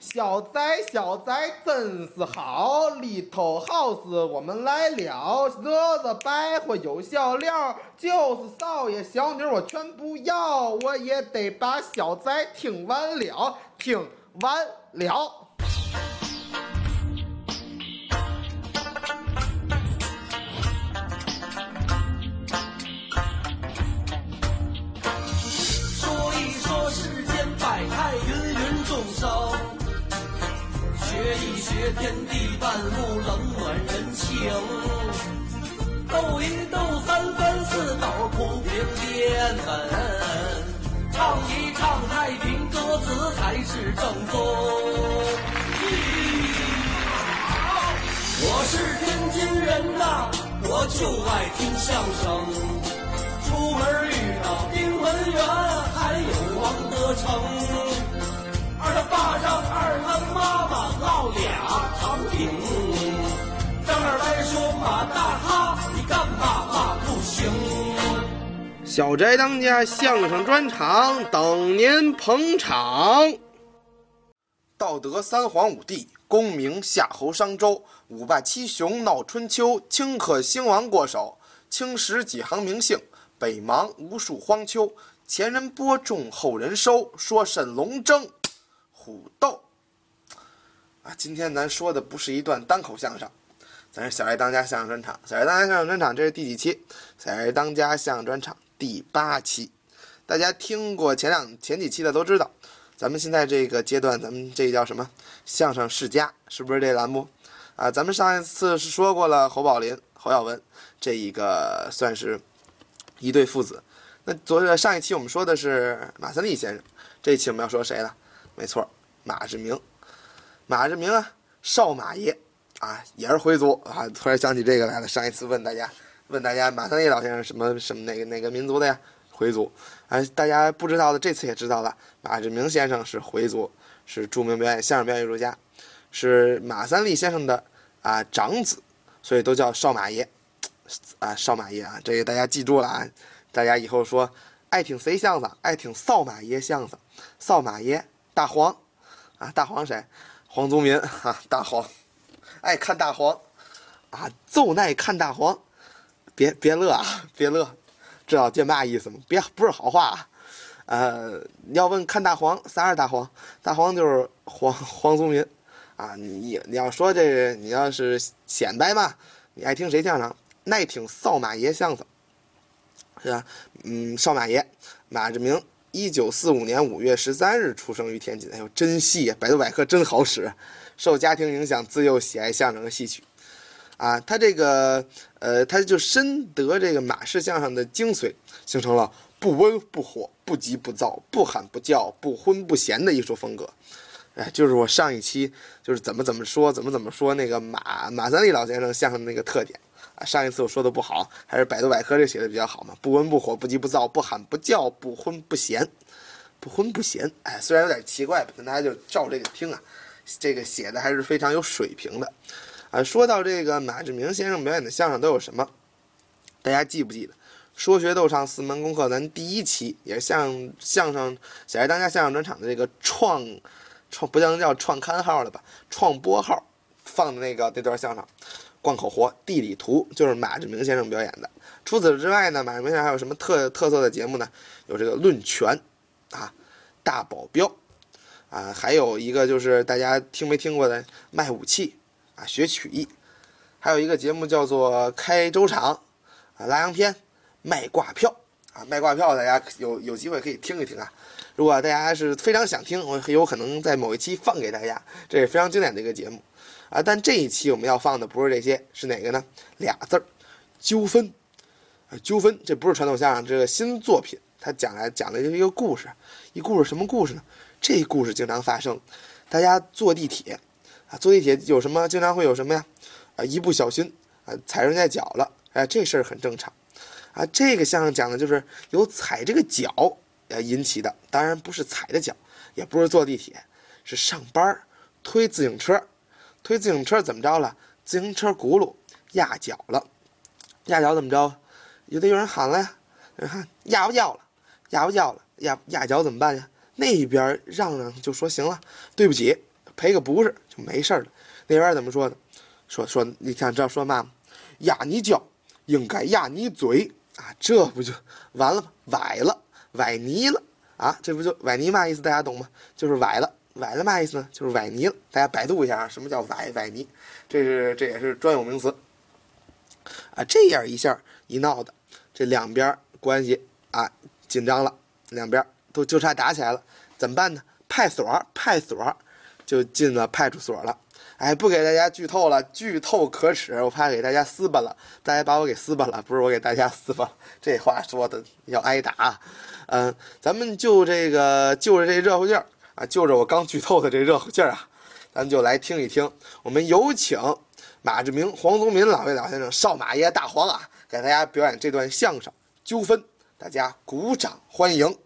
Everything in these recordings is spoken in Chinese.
小仔真是好，里头好事我们来了，惹白活有笑料，就是少爷小女我全不要，我也得把小仔听完了。 说一说世间百态，芸芸众生，学一学天地万物，冷暖人情，斗一斗三分四斗，铺平颠门，唱一唱太平歌词才是正宗。我是天津人呐，我就爱听相声，出门遇到丁文元，还有王德成，二他爸让二他妈妈烙俩糖饼，张二来说马大哈，你干嘛嘛不行？ 小宅当家相声专场等您捧场。道德三皇五帝，功名夏侯商周，五霸七雄闹春秋，顷刻兴亡过手，青史几行名姓，北邙无数荒丘，前人播种后人收，说神龙争虎斗。今天咱说的不是一段单口相声，咱是小宅当家相声专场。小宅当家相声专场这是第几期？小宅当家相声专场第8期。大家听过前几期的都知道，咱们现在这个阶段，咱们这叫什么？相声世家，是不是这栏目？咱们上一次是说过了侯宝林、侯耀文这一个算是一对父子。那上一期我们说的是马三立先生，这一期我们要说谁了？没错，马志明。马志明啊，少马爷也是回族突然想起这个来了。上一次问大家马三立老先生什么哪个民族的呀？回族。大家不知道的这次也知道了，马志明先生是回族，是著名相声表演艺术家，是马三立先生的长子，所以都叫少马爷少马爷这个大家记住了大家以后说爱听谁相声，爱听少马爷相声。少马爷大黄大黄谁？黄宗民大黄爱看大黄就爱看大黄。别乐别乐，知道这嘛意思吗？不是好话要问看大黄，啥是大黄？大黄就是黄宗民你要说这个，你要是显摆嘛，你爱听谁相声？爱听少马爷相声，是吧？少马爷马志明，1945年5月13日出生于天津。哎呦，真细百度百科真好使。受家庭影响，自幼喜爱相声和戏曲他这个他就深得这个马式相声的精髓，形成了不温不火、不急不躁、不喊不叫、不荤不咸的艺术风格。就是我上一期就是怎么说那个马三立老先生相声的那个特点上一次我说的不好，还是百度百科这写的比较好嘛？不温不火、不急不躁、不喊不叫、不荤不咸。虽然有点奇怪，但大家就照这个听这个写的还是非常有水平的说到这个马志明先生表演的相声都有什么？大家记不记得？说学逗唱4门功课，咱第1期也是相声小宅当家相声专场的这个创不叫创刊号了吧？创播号放的那段相声，贯口活、地理图，就是马志明先生表演的。除此之外呢，马志明先生还有什么特色的节目呢？有这个论拳大保镖还有一个就是大家听没听过的卖武器学曲艺，还有一个节目叫做开粥厂拉洋片、卖挂票卖挂票，大家有机会可以听一听如果大家是非常想听，我有可能在某一期放给大家，这是非常经典的一个节目但这一期我们要放的不是这些，是哪个呢？2字纠纷纠纷。这不是传统相声，这个新作品，它讲的就是一个故事。什么故事呢？这故事经常发生，大家坐地铁有什么？经常会有什么呀？一不小心踩人家脚了，这事儿很正常这个相声讲的就是由踩这个脚引起的，当然不是踩的脚，也不是坐地铁，是上班推自行车怎么着了？自行车轱辘压脚了，压脚怎么着？有人喊了呀，压不脚了，压脚怎么办呀？那边让就说行了，对不起， 赔个不是就没事了。那边怎么说的？说你想知道说嘛吗？压你脚应该压你嘴啊，这不就完了吗？崴泥了啊，这不就崴泥嘛意思？大家懂吗？就是崴了嘛意思呢？就是崴泥了。大家百度一下啊，什么叫崴泥？这也是专有名词啊。这样一下一闹的，这两边关系啊紧张了，两边就差打起来了，怎么办呢？派出所就进了派出所了。哎，不给大家剧透了，剧透可耻，我怕给大家撕巴了，大家把我给撕巴了，不是我给大家撕巴了，这话说的要挨打。咱们就着这热乎劲儿啊，就着我刚剧透的这热乎劲儿啊，咱就来听一听。我们有请马志明、黄宗民老先生、少马爷大黄啊，给大家表演这段相声《纠纷》，大家鼓掌欢迎。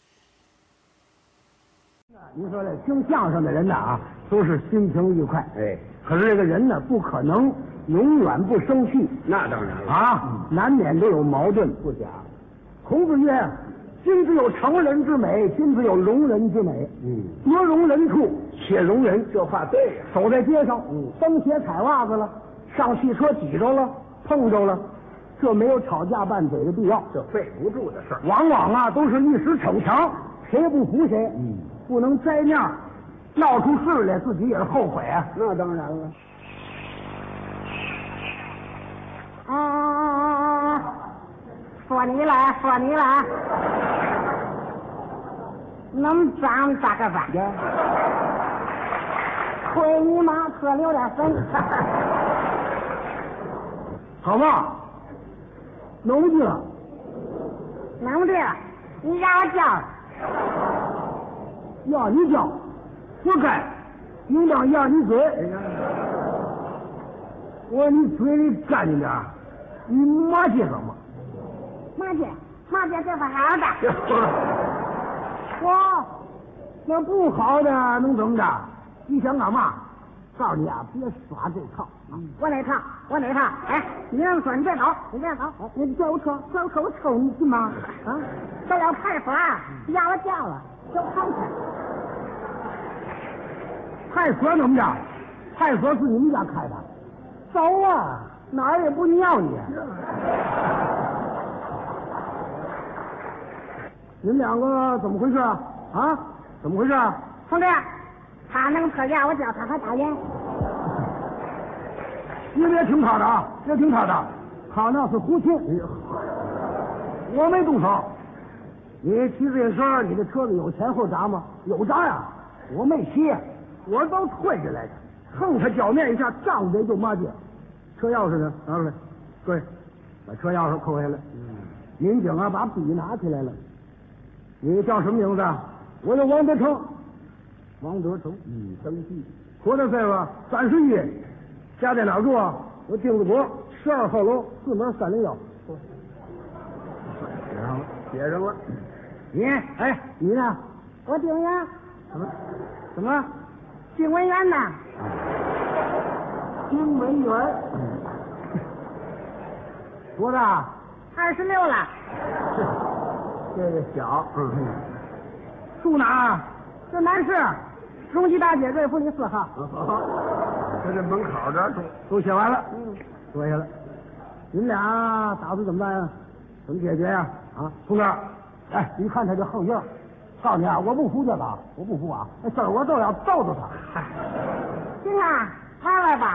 您说这听相声的人呢啊，都是心情愉快。哎，可是这个人呢，不可能永远不生气。那当然了啊，难免都有矛盾，不假。孔子曰：“君子有成人之美，君子有容人之美。得容人处且容人。”这话对呀。走在街上，蹬鞋踩袜子了，上汽车挤着了，碰着了，这没有吵架拌嘴的必要，这费不住的事儿。往往啊，都是一时逞强，谁也不服谁。不能摘面闹出事来，自己也是后悔啊。那当然了。 说你了，能长咋个办？亏你妈喝流点粉。 好吧，弄不进了， 弄不进了，你让我叫了。 要你叫，活该，应当要你嘴。我说你嘴里干净点，你骂街干嘛？ 骂街这不好的。 我那不好的能怎么着？你想干嘛？告诉你啊，别耍这套。 我哪套？哎，你让说你别走，你叫我车，我抽你信吗？啊，都要派出所，让我叫了，就跑去。 派出所怎么着？派出所是你们家开的，走啊，哪儿也不尿你。你们两个怎么回事啊？啊，怎么回事啊？ 同志，他能特让我叫他还打人。 你别听他的啊，别听他的，他那是胡琴。我没动手。你骑自行车，你的车子有前后闸吗？有闸呀，我没骑，我都退下来的。蹭他脚面一下，张嘴就骂街。车钥匙呢？拿出来，各位，把车钥匙扣下来。民警啊，把笔拿起来了。你叫什么名字？我叫王德成。王德成，登记。多大岁数？31。家在哪儿住啊？我丁字国12号楼4门301。写上了。你，哎，你呢？ 我丁元。 什么？ 丁文元呢？ 丁文元。多大 ？26了。 这个小。住哪？ 这南市荣吉大街瑞福里4号。 在这门口这儿都写完了。坐下了。你们俩打算怎么办呀？怎么解决呀？啊，同志，哎，一看他就横劲儿。告诉你啊，我不服这个，我不服啊！那事儿我都要揍揍他。 行啊，玩吧。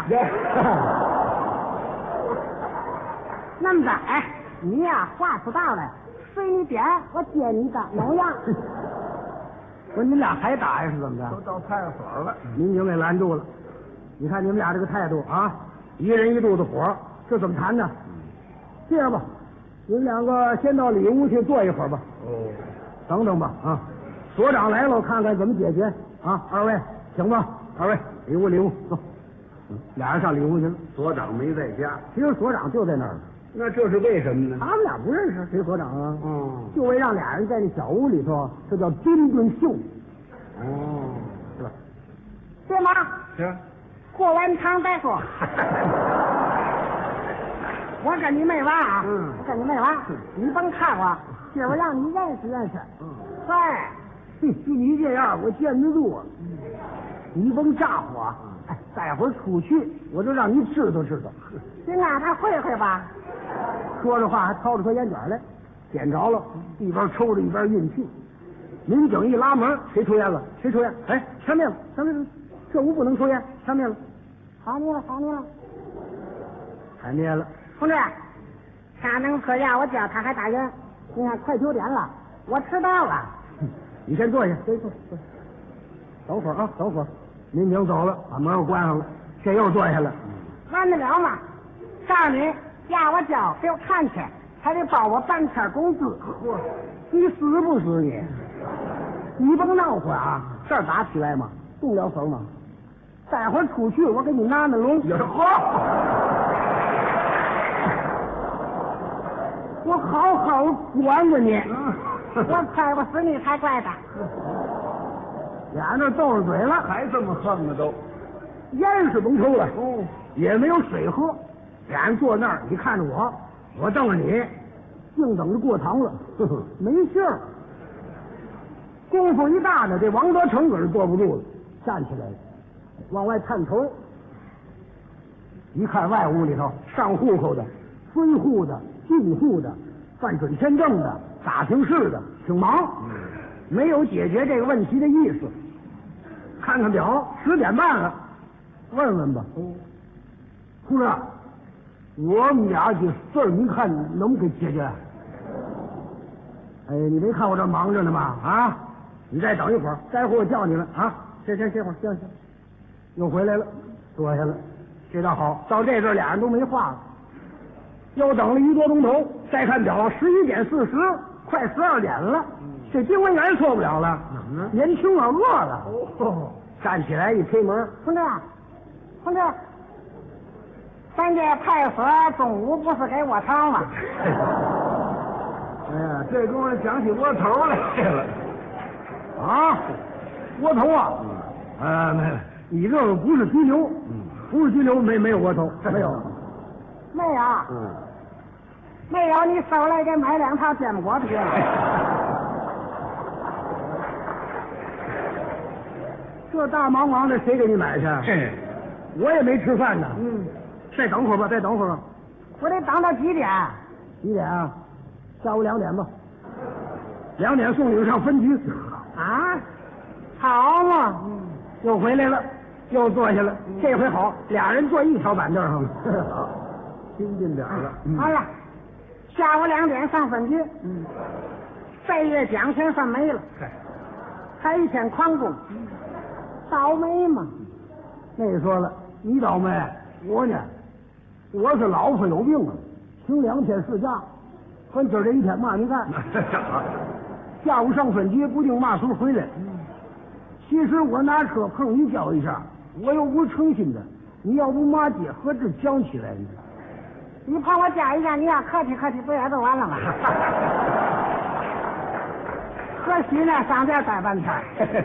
那么着，哎，你呀，话说到了，随你便，我接你当老样。 不是你们俩还打呀？是怎么着？ 都到派出所了。 民警给拦住了。你看你们俩这个态度啊，一人一肚子火，这怎么谈呢？这样吧，你们两个先到里屋去坐一会儿吧。等等吧啊，所长来了，我看看怎么解决啊。二位请吧，二位里屋走。俩人上里屋去了。 所长没在家。 其实所长就在那儿。 那这是为什么呢？ 他们俩不认识，谁所长啊？就为让俩人在那小屋里头，这叫军盾秀。是吧？ 对吗？ 是。 过完场再说。我跟你没完啊！我跟你没完，你甭看我，今儿我让你认识认识。 嗨，就你这样，我见得住啊。 你甭咋呼啊！哎，待会儿出去我就让你知道知道。 行啊，他会吧？ 说着话还掏出颗烟卷来，点着了，一边抽着一边运气。民警一拉门，谁抽烟了？谁抽烟？哎，掐灭了，掐灭了！这屋不能抽烟，掐灭了。 好你了，好你了。 掐灭了。 同志，他能喝药，我叫他还打人。你看，快9点了，我迟到了。 你先坐下，坐。等会儿啊，等会儿。民警走了，把门又关上了，这又坐下了。 完得了吗？告诉你，要我叫给我看去，还得包我半天工资。 嚯，你死不死你？你甭闹会啊！这儿打起来吗？动了手吗？待会儿出去，我给你拿那笼。我好好管着你。 我猜不死你才怪的。 俩人斗上嘴了， 还这么横呢都。 烟是甭抽了，也没有水喝。俩人坐那儿，你看着我，我瞪着你，净等着过堂了。没信儿。功夫一大呢，这王德成可是坐不住了，站起来了，往外探头，一看外屋里头上户口的、追户的、进户的、办准签证的、打听事的，挺忙，没有解决这个问题的意思。看看表，10点半了，问问吧。同志，我们俩这事儿，您看能不给解决？哎，你没看我这忙着呢吗？啊！你再等一会儿，待会儿我叫你们啊！歇会儿，行，又回来了，坐下了，这倒好，到这阵俩人都没话了。又等了1多钟头，再看表，11点40，快12点了。这经文员受不了了，年轻啊，饿了，站起来一推门， 同志，咱这派出所中午不是给窝头吗？ 哎呀，这功夫想起窝头来了。 啊，窝头啊，你这个不是拘留，不是拘留，没有窝头，没有， 没有，你收来给买2套煎果皮了。 这大忙的谁给你买去？我也没吃饭呢。再等会儿吧， 我得等到几点？ 几点啊？下午2点吧。2点送你上分局。 啊，好嘛， 又回来了，又坐下了。这回好，俩人坐一条板凳上了。亲近点了。 好了，下午2点上分局。这月奖钱算没了，还一天旷工，倒霉嘛。 那说了，你倒霉，我呢，我是老婆有病了，请2天事假，反今儿这一天嘛你干。下午上分局，不定嘛时候回来。其实我拿车碰你叫一下，我又不是诚心的。你要不骂街，何止讲起来呢？ 你碰我叫一下，你要客气，不也就完了吗？可惜呢，上这待半天。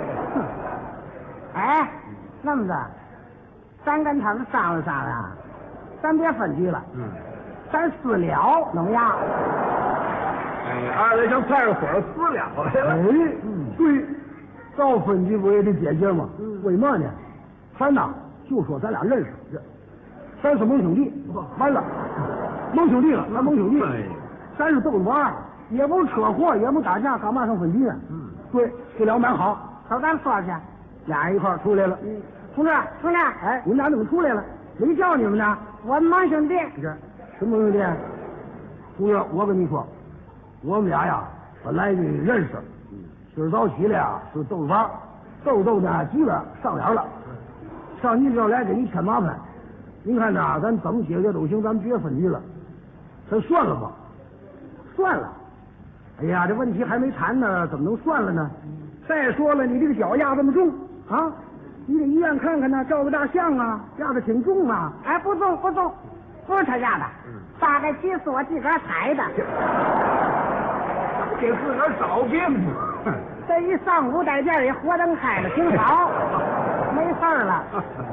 哎，那么着，咱跟他们商量商量，咱别分局了，咱私了，怎么样？ 二位上派出所私了来了。 对，到分局不也得解决吗？为嘛呢？咱呐，就说咱俩认识，咱是盟兄弟，完了，盟兄弟了，咱盟兄弟，咱是斗玩，也不是车祸，也不打架，干嘛上分局呢？对，这两板好， 瞅咱说去， 俩人一块出来了。 同志， 哎，你们俩怎么出来了？没叫你们呢？ 我们盟兄弟。 什么兄弟？同志，我跟你说，我们俩呀，本来就认识，今儿早起来呀是斗法，斗呢急了上脸了，上你这儿来给你添麻烦。您看呐，咱怎么解决都行，咱别分局了，咱算了吧。算了，哎呀，这问题还没谈呢，怎么能算了呢？再说了，你这个脚压这么重啊，你得医院看看呢，照个大相啊，压的挺重啊。 哎，不重，不是他压的，大概其是我自个儿踩的。 给自个儿找病去。 这一上午在这里活灯开了，挺好，没事儿了。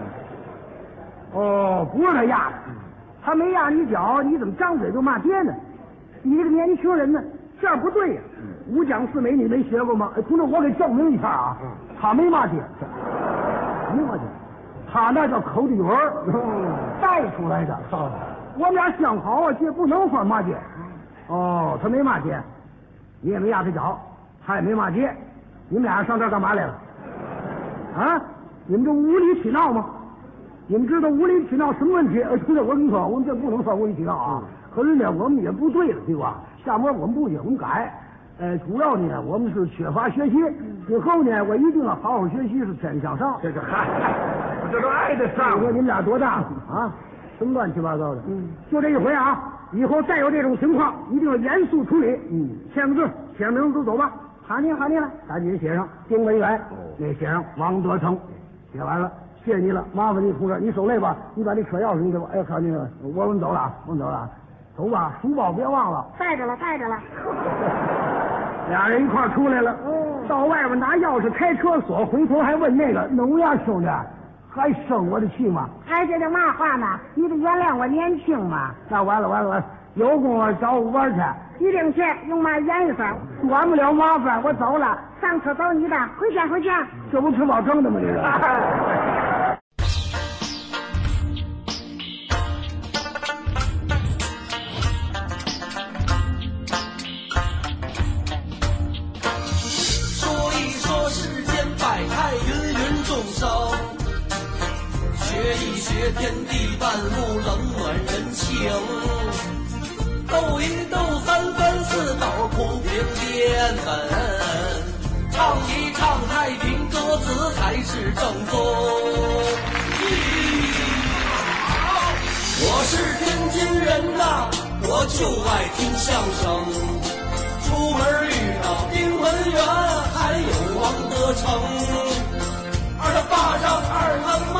哦，不是他压的，他没压你脚，你怎么张嘴就骂街呢？你这个年轻人呢，这样不对呀。五讲四美你没学过吗？哎，同志，我给证明一下啊，他没骂街， 听过去。他那叫口底儿，带出来的。我们俩相好啊，姐不能算骂街。哦，他没骂街，你也没压他脚，他也没骂街，你们俩上这儿干嘛来了？啊？你们这无理取闹吗？你们知道无理取闹什么问题？现在我跟你说，我们这不能算无理取闹啊。可是呢，我们也不对了，对吧？下面我们不行，我们改。主要呢，我们是缺乏学习。以后呢，我一定要好好学习，是天天向上。 这都挨得上。 我说你们俩多大了啊？什么乱七八糟的？就这一回啊！以后再有这种情况，一定要严肃处理。签个字，写上名字走吧。好你了，赶紧写上丁文远，那写上王德成，写完了，谢谢你了，麻烦你同志，你手累吧？你把那车钥匙你给我。哎，看那个，我们走了，走吧，书包别忘了。 带着了。 俩人一块出来了，到外边拿钥匙开车锁，回头还问那个能呀兄弟，还生我的气吗？ 哎，这叫嘛话呢？你得原谅我年轻嘛。 那完了，有功夫找我玩去。 一定去，用嘛颜色？ 管不了麻烦，我走了。 上车走你的，回家。 这不吃饱撑的吗？这是。 说一说世间百态，芸芸众生。学一学天地万物，冷暖人情。斗一斗三分四斗，铺平颠门。唱一唱太平歌词，才是正宗。我是天津人呐，我就爱听相声。出门遇到丁文元，还有王德成。二他巴掌二他妈。